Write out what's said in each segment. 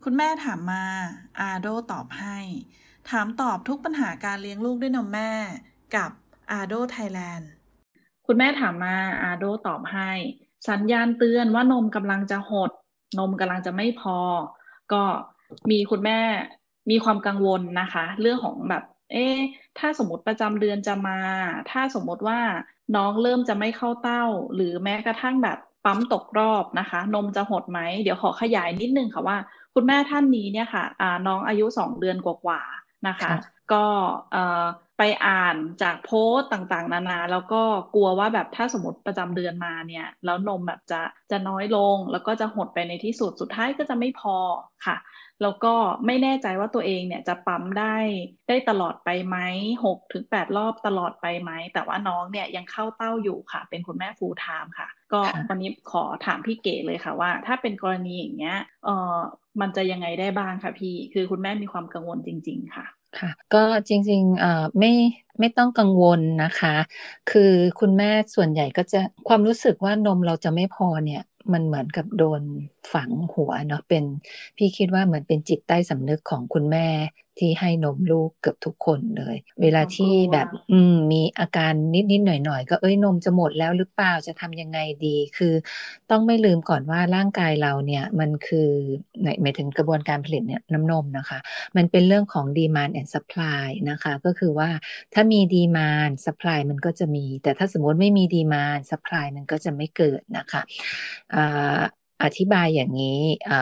คุณแม่ถามมาอาโดตอบให้ถามตอบทุกปัญหาการเลี้ยงลูกด้วยนมแม่กับอาโดไทยแลนด์คุณแม่ถามมาอาโดตอบให้สัญญาณเตือนว่านมกำลังจะหดนมกำลังจะไม่พอก็มีคุณแม่มีความกังวลนะคะเรื่องของแบบถ้าสมมติประจำเดือนจะมาถ้าสมมติว่าน้องเริ่มจะไม่เข้าเต้าหรือแม้กระทั่งแบบปั๊มตกรอบนะคะนมจะหดไหมเดี๋ยวขอขยายนิดนึงค่ะว่า คุณแม่ท่านนี้เนี่ยค่ะน้องอายุ2 เดือนกว่าๆนะคะค่ะก็ไปอ่านจากโพสต์ต่างๆนานาแล้วก็กลัวว่าแบบถ้าสมมติประจำเดือนมาเนี่ยแล้วนมแบบจะน้อยลงแล้วก็จะหดไปในที่สุดสุดท้ายก็จะไม่พอค่ะแล้วก็ไม่แน่ใจว่าตัวเองเนี่ยจะปั๊มได้ตลอดไปไหม6 ถึง 8 รอบตลอดไปไหมแต่ว่าน้องเนี่ยยังเข้าเต้าอยู่ค่ะเป็นคุณแม่ full time ค่ะก็วันค่ะนี้ขอถามพี่เก๋เลยค่ะว่าถ้าเป็นกรณีอย่างเงี้ยมันจะยังไงได้บ้างคะพี่คือคุณแม่มีความกังวลจริงๆค่ะค่ะก็จริงๆไม่ต้องกังวลนะคะคือคุณแม่ส่วนใหญ่ก็จะความรู้สึกว่านมเราจะไม่พอเนี่ยมันเหมือนกับโดนฝังหัวเนาะเป็นพี่คิดว่าเหมือนเป็นจิตใต้สำนึกของคุณแม่ที่ให้นมลูกเกือบทุกคนเลยเวมีความกลาที่ลัวแบบมีอาการนิดหน่อยๆก็นมจะหมดแล้วหรือเปล่าจะทำยังไงดีคือต้องไม่ลืมก่อนว่าร่างกายเราเนี่ยมันคือหมายถึงกระบวนการผลิตเนี่ยน้ำนมนะคะ มันเป็นเรื่องของ demand and supply นะคะก็คือว่าถ้ามี demand supply มันก็จะมีแต่ถ้าสมมติไม่มี demand supply มันก็จะไม่เกิดนะคะอ่าอธิบายอย่างนี้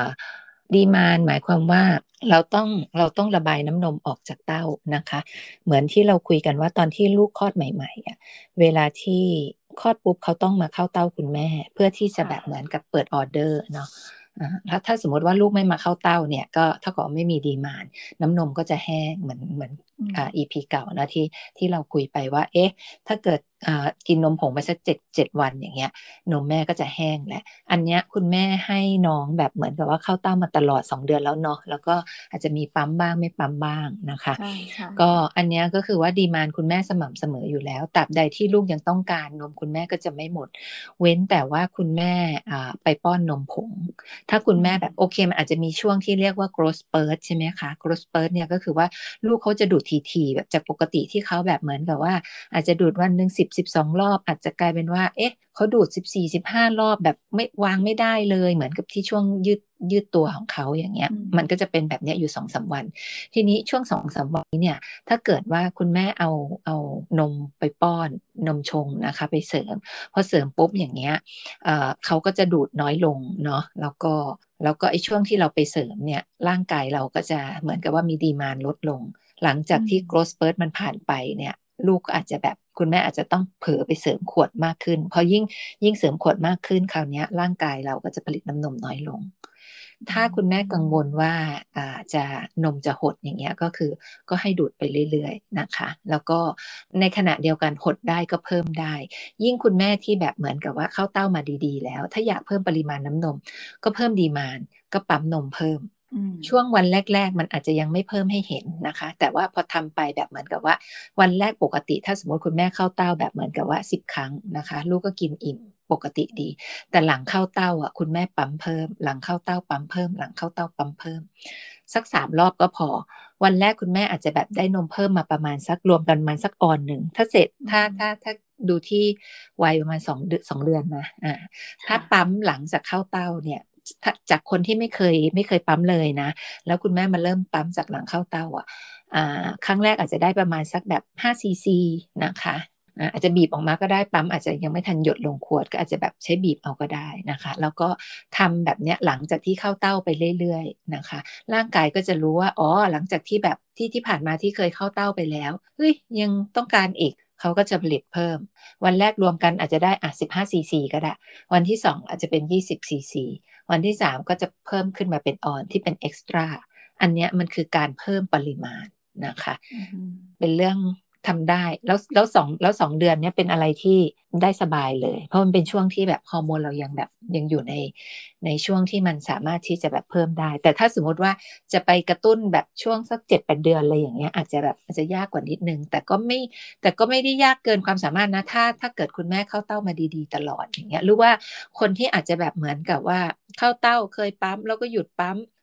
demand หมายความว่าเราต้องเราต้องระบายน้ำนมออกจากเต้านะคะเหมือนที่เราคุยกันว่าตอนที่ลูกคลอดใหม่ๆอ่ะเวลาที่คลอดปุ๊บเขาต้องมาเข้าเต้าคุณแม่เพื่อที่จะค่ะแบบเหมือนกับเปิดออเดอร์เนาะ ถ้าสมมติว่าลูกไม่มาเข้าเต้าเนี่ยก็เท่ากับไม่มีดีมานด์น้ำนมก็จะแห้งเหมือนอืม EP เก่านะที่เราคุยไปว่าเอ๊ะถ้าเกิดกินนมผงไปสักเจ็ดวันอย่างเงี้ยนมแม่ก็จะแห้งแหละอันเนี้ยคุณแม่ให้น้องแบบเหมือนกับว่าเข้าเต้ามาตลอด2 เดือนแล้วเนาะแล้วก็อาจจะมีปั๊มบ้างไม่ปั๊มบ้างนะคะใช่ใช่ก็ค่ะอันเนี้ยก็คือว่าดีมานด์คุณแม่สม่ำเสมออยู่แล้วตราบใดที่ลูกยังต้องการนมคุณแม่ก็จะไม่หมดเว้นแต่ว่าคุณแม่ไปป้อนนมผง ถ้าคุณแม่อืมแบบโอเคมันอาจจะมีช่วงที่เรียกว่า growth spurt ใช่ไหมคะ growth spurt เนี่ยก็คือว่าลูกเขาจะดูดทีๆแบบจากปกติที่เขาแบบเหมือนกับว่าอาจจะดูดวันหนึ่ง10-12 รอบอาจจะกลายเป็นว่าเอ๊ะเขาดูด14-15 รอบแบบไม่วางไม่ได้เลยเหมือนกับที่ช่วงยืดตัวของเขาอย่างเงี้ยอืมมันก็จะเป็นแบบเนี้ยอยู่2-3 วันทีนี้ช่วง2-3 วันนี้เนี่ยถ้าเกิดว่าคุณแม่เอานมไปป้อนนมชงนะคะไปเสริมพอเสริมปุ๊บอย่างเงี้ย เขาก็จะดูดน้อยลงเนาะแล้วก็ไอ้ช่วงที่เราไปเสริมเนี่ยร่างกายเราก็จะเหมือนกับว่ามีดีมานด์ลดลงหลังจากอืมที่ growth spurt มันผ่านไปเนี่ยลูกก็อาจจะแบบคุณแม่อาจจะต้องเผลอไปเสริมขวดมากขึ้นพอยิ่งเสริมขวดมากขึ้นคราวนี้ร่างกายเราก็จะผลิตน้ำนมน้อยลงอืถ้าคุณแม่กังวลมว่าจะนมจะหดอย่างเงี้ยก็คือก็ให้ดูดไปเรื่อยๆนะคะแล้วก็ในขณะเดียวกันหดได้ก็เพิ่มได้ ยิ่งคุณแม่ที่แบบเหมือนกับว่าเข้าเต้ามาดีๆแล้วถ้าอยากเพิ่มปริมาณน้ำนมก็เพิ่มดีมานด์ก็ปั๊มนมเพิ่มอืมช่วงวันแรกๆมันอาจจะยังไม่เพิ่มให้เห็นนะคะแต่ว่าพอทำไปแบบเหมือนกับว่าวันแรกปกติถ้าสมมติคุณแม่เข้าเต้าแบบเหมือนกับว่า10 ครั้งนะคะลูกก็กินอิ่มปกติดีแต่หลังเข้าเต้าอ่ะคุณแม่ปั๊มเพิ่มหลังเข้าเต้าปั๊มเพิ่มหลังเข้าเต้าปั๊มเพิ่มสัก3 รอบก็พอ วันแรกคุณแม่อาจจะแบบได้นมเพิ่มมาประมาณสักรวมกันประมาณสักออน 1ถ้าเสร็จอืมถ้าดูที่วัยประมาณ2 เดือนนะถ้าค่ะปั๊มหลังจากเข้าเต้าเนี่ยจากคนที่ไม่เคยปั๊มเลยนะแล้วคุณแม่มาเริ่มปั๊มจากหลังเข้าเต้าครั้งแรกอาจจะได้ประมาณสักแบบ5 ซีซีนะคะอาจจะบีบออกมาก็ได้ปั๊มอาจจะยังไม่ทันหยดลงขวดก็อาจจะแบบใช้บีบเอาก็ได้นะคะแล้วก็ทำแบบเนี้ยหลังจากที่เข้าเต้าไปเรื่อยๆนะคะ ร่างกายก็จะรู้ว่าอ๋อหลังจากที่แบบที่ผ่านมาที่เคยเข้าเต้าไปแล้วเฮ้ยยังต้องการอีกเขาก็จะผลิตเพิ่มวันแรกรวมกันอาจจะได้15 ซีซีก็ได้วันที่2อาจจะเป็น20 ซีซีวันที่3ก็จะเพิ่มขึ้นมาเป็นออนที่เป็นเอ็กซ์ตร้าอันเนี้ยมันคือการเพิ่มปริมาณนะคะอืมเป็นเรื่องทำได้แล้ว2 เดือนเนี้ยเป็นอะไรที่ได้สบายเลยเพราะมันเป็นช่วงที่แบบฮอร์โมนเรายังแบบยังอยู่ในช่วงที่มันสามารถที่จะแบบเพิ่มได้แต่ถ้าสมมติว่าจะไปกระตุ้นแบบช่วงสัก7-8 เดือนอะไรอย่างเงี้ยอาจจะยากกว่านิดนึงแต่ก็ไม่ได้ยากเกินความสามารถนะถ้าเกิดคุณแม่เข้าเต้ามาดีๆตลอดอย่างเงี้ยหรือว่าคนที่อาจจะแบบเหมือนกับว่าเข้าเต้าเคยปั๊มแล้วก็หยุดปั๊ม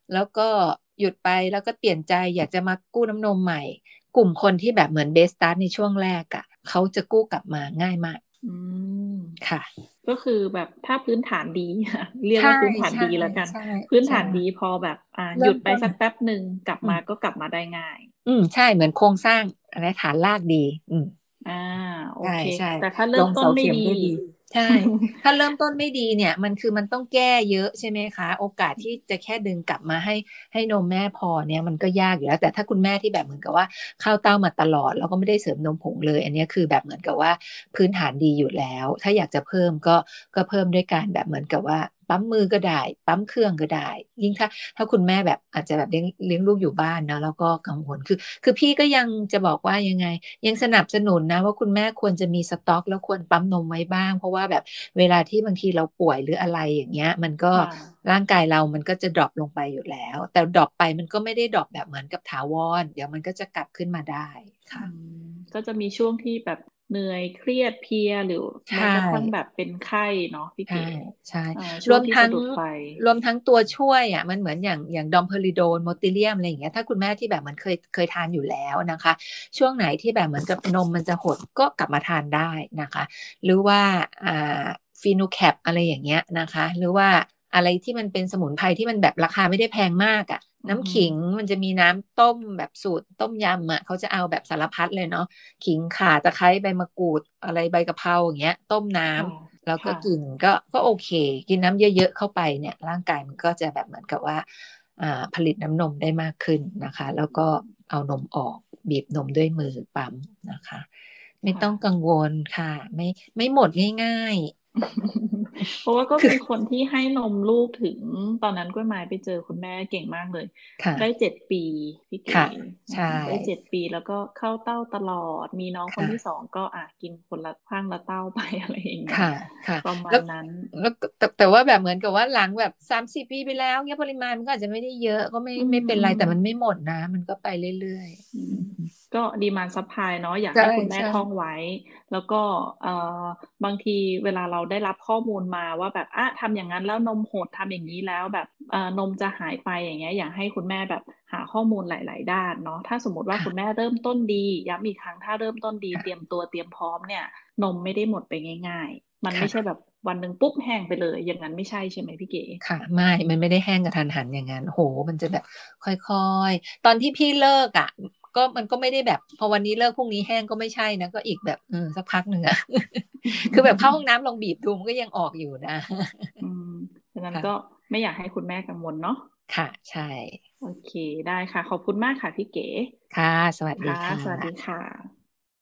แล้วก็หยุดไปแล้วก็เปลี่ยนใจอยากจะมากู้น้ำนมใหม่กลุ่มคนที่แบบเหมือนเบสสตาร์ทในช่วงแรกอ่ะเขาจะกู้กลับมาง่ายมากอืมค่ะก็คือแบบถ้าพื้นฐานดีเรียกใช่ว่าพื้นฐานใช่ดีแล้วกันใช่พื้นฐานดีใช่พอแบบหยุดไปเริ่มต้นสักแป๊บหนึ่งกลับอืมมาก็กลับมาได้ง่ายใช่เหมือนโครงสร้างอะไรฐานรากดีอืมอ่าโอใช่เคใช่แต่ถ้าเริ่มลงเสาต้นไม่ดีเข็มได้ดีใช่ถ้าเริ่มต้นไม่ดีเนี่ยมันต้องแก้เยอะใช่ไหมคะโอกาสที่จะแค่ดึงกลับมาให้นมแม่พอเนี่ยมันก็ยากอยู่แล้วแต่ถ้าคุณแม่ที่แบบเหมือนกับว่าเข้าเต้ามาตลอดแล้วก็ไม่ได้เสริมนมผงเลยอันนี้คือแบบเหมือนกับว่าพื้นฐานดีอยู่แล้วถ้าอยากจะเพิ่มก็เพิ่มด้วยการแบบเหมือนกับว่าปั๊มมือก็ได้ปั๊มเครื่องก็ได้ยิ่งถ้าคุณแม่แบบอาจจะแบบเลี้ยงลูกอยู่บ้านเนาะแล้วก็กังวลคือพี่ก็ยังจะบอกว่ายังไง ยังสนับสนุนนะว่าคุณแม่ควรจะมีสต็อกแล้วควรปั๊มนมไว้บ้างเพราะว่าแบบเวลาที่บางทีเราป่วยหรืออะไรอย่างเงี้ยมันก็ค่ะร่างกายเรามันก็จะดรอปลงไปอยู่แล้วแต่ดรอปไปมันก็ไม่ได้ดรอปแบบเหมือนกับถาวรเดี๋ยวมันก็จะกลับขึ้นมาได้อืค่ะมก็จะมีช่วงที่แบบเหนื่อยเครียดเพลียหรือใชแม้กระทั่งแบบ่เป็นไข้เนาะพี่ใช่เก๋ใช่รช่วงที่วมทั้งสะดุดไฟตัวช่วยอ่ะมันเหมือนอย่างดอมเพอริโดนโมติเลียมอะไรอย่างเงี้ยถ้าคุณแม่ที่แบบมันเคยทานอยู่แล้วนะคะช่วงไหนที่แบบเหมือนกับนมมันจะหดก็กลับมาทานได้นะคะหรือว่าอ่าฟีนูแคปอะไรอย่างเงี้ยนะคะหรือว่าอะไรที่มันเป็นสมุนไพรที่มันแบบราคาไม่ได้แพงมากอ่ะอือฮึน้ำขิงมันจะมีน้ำต้มแบบสูตรต้มยำอ่ะเขาจะเอาแบบสารพัดเลยเนาะขิงข่าตะไคร้ใบมะกรูดอะไรใบกะเพราอย่างเงี้ยต้มน้ค่ะำ แล้วก็ค่ะกินก็โอเคกินน้ำเยอะๆเข้าไปเนี่ยร่างกายมันก็จะแบบเหมือนกับว่าผลิตน้ำนมได้มากขึ้นนะคะแล้วก็เอานมออกบีบนมด้วยมือปั๊มนะคะไม่ค่ะต้องกังวลค่ะไม่หมดง่ายเพราะว่าก็ๆคือเป็นคนที่ให้นมลูกถึงตอนนั้นกล้วยไม้ไปเจอคุณแม่เก่งมากเลยได้ค่ะ 7 ปีพี่เก๋ค่ะใช่ได้7 ปีแล้วก็เข้าเต้าตลอดมีน้องคนที่สค่ะองก็กินคนละข้างละเต้าไปอะไรอย่างเงี้ยค่ะค่ะประมาแล้วณนั้นแล้วแต่ว่าแบบเหมือนกับว่าหลังแบบ30 ปีไปแล้วเนี่ยปริมาณมันก็อาจจะไม่ได้เยอะก็ไม่อืมไม่เป็นอืมไรแต่มันไม่หมดนะมันก็ไปเรื่อยอืมๆก็ดีมานซัพพลายเนาะอยากใช่ให้คุณแม่ใช่ท่องไว้แล้วก็เอ่อบางทีเวลาเราได้รับข้อมูลมาว่าแบบทำอย่างนั้นแล้วนมหดทำอย่างนี้แล้วแบบนมจะหายไปอย่างเงี้ยอยากให้คุณแม่แบบหาข้อมูลหลายๆด้านเนาะถ้าสมมติว่าคุณแม่ค่ะเริ่มต้นดีย้ำอีกครั้งถ้าเริ่มต้นดีเตรียมค่ะตัวเตรียมพร้อมเนี่ยนมไม่ได้หมดไปง่ายๆมันไม่ใช่แบบค่ะวันหนึ่งปุ๊บแห้งไปเลยอย่างนั้นไม่ใช่ใช่ไหมพี่เก๋ค่ะมันไม่ได้แห้งกระทันหันอย่างนั้นโหมันจะแบบค่อยๆตอนที่พี่เลิกอ่ะก็มันก็ไม่ได้แบบพอวันนี้เลิกพรุ่งนี้แห้งก็ไม่ใช่นะก็อีกแบบสักพักหนึ่งอะคือแบบเข้าห้องน้ำลองบีบดูมันก็ยังออกอยู่นะอืมฉะ นั้นก็ค่ะไม่อยากให้คุณแม่กังวลเนาะค่ะใช่โอเคได้ค่ะขอบคุณมากค่ะพี่เก๋ค่ะสวัสดีค่ะค่สวัสดีะค่ะ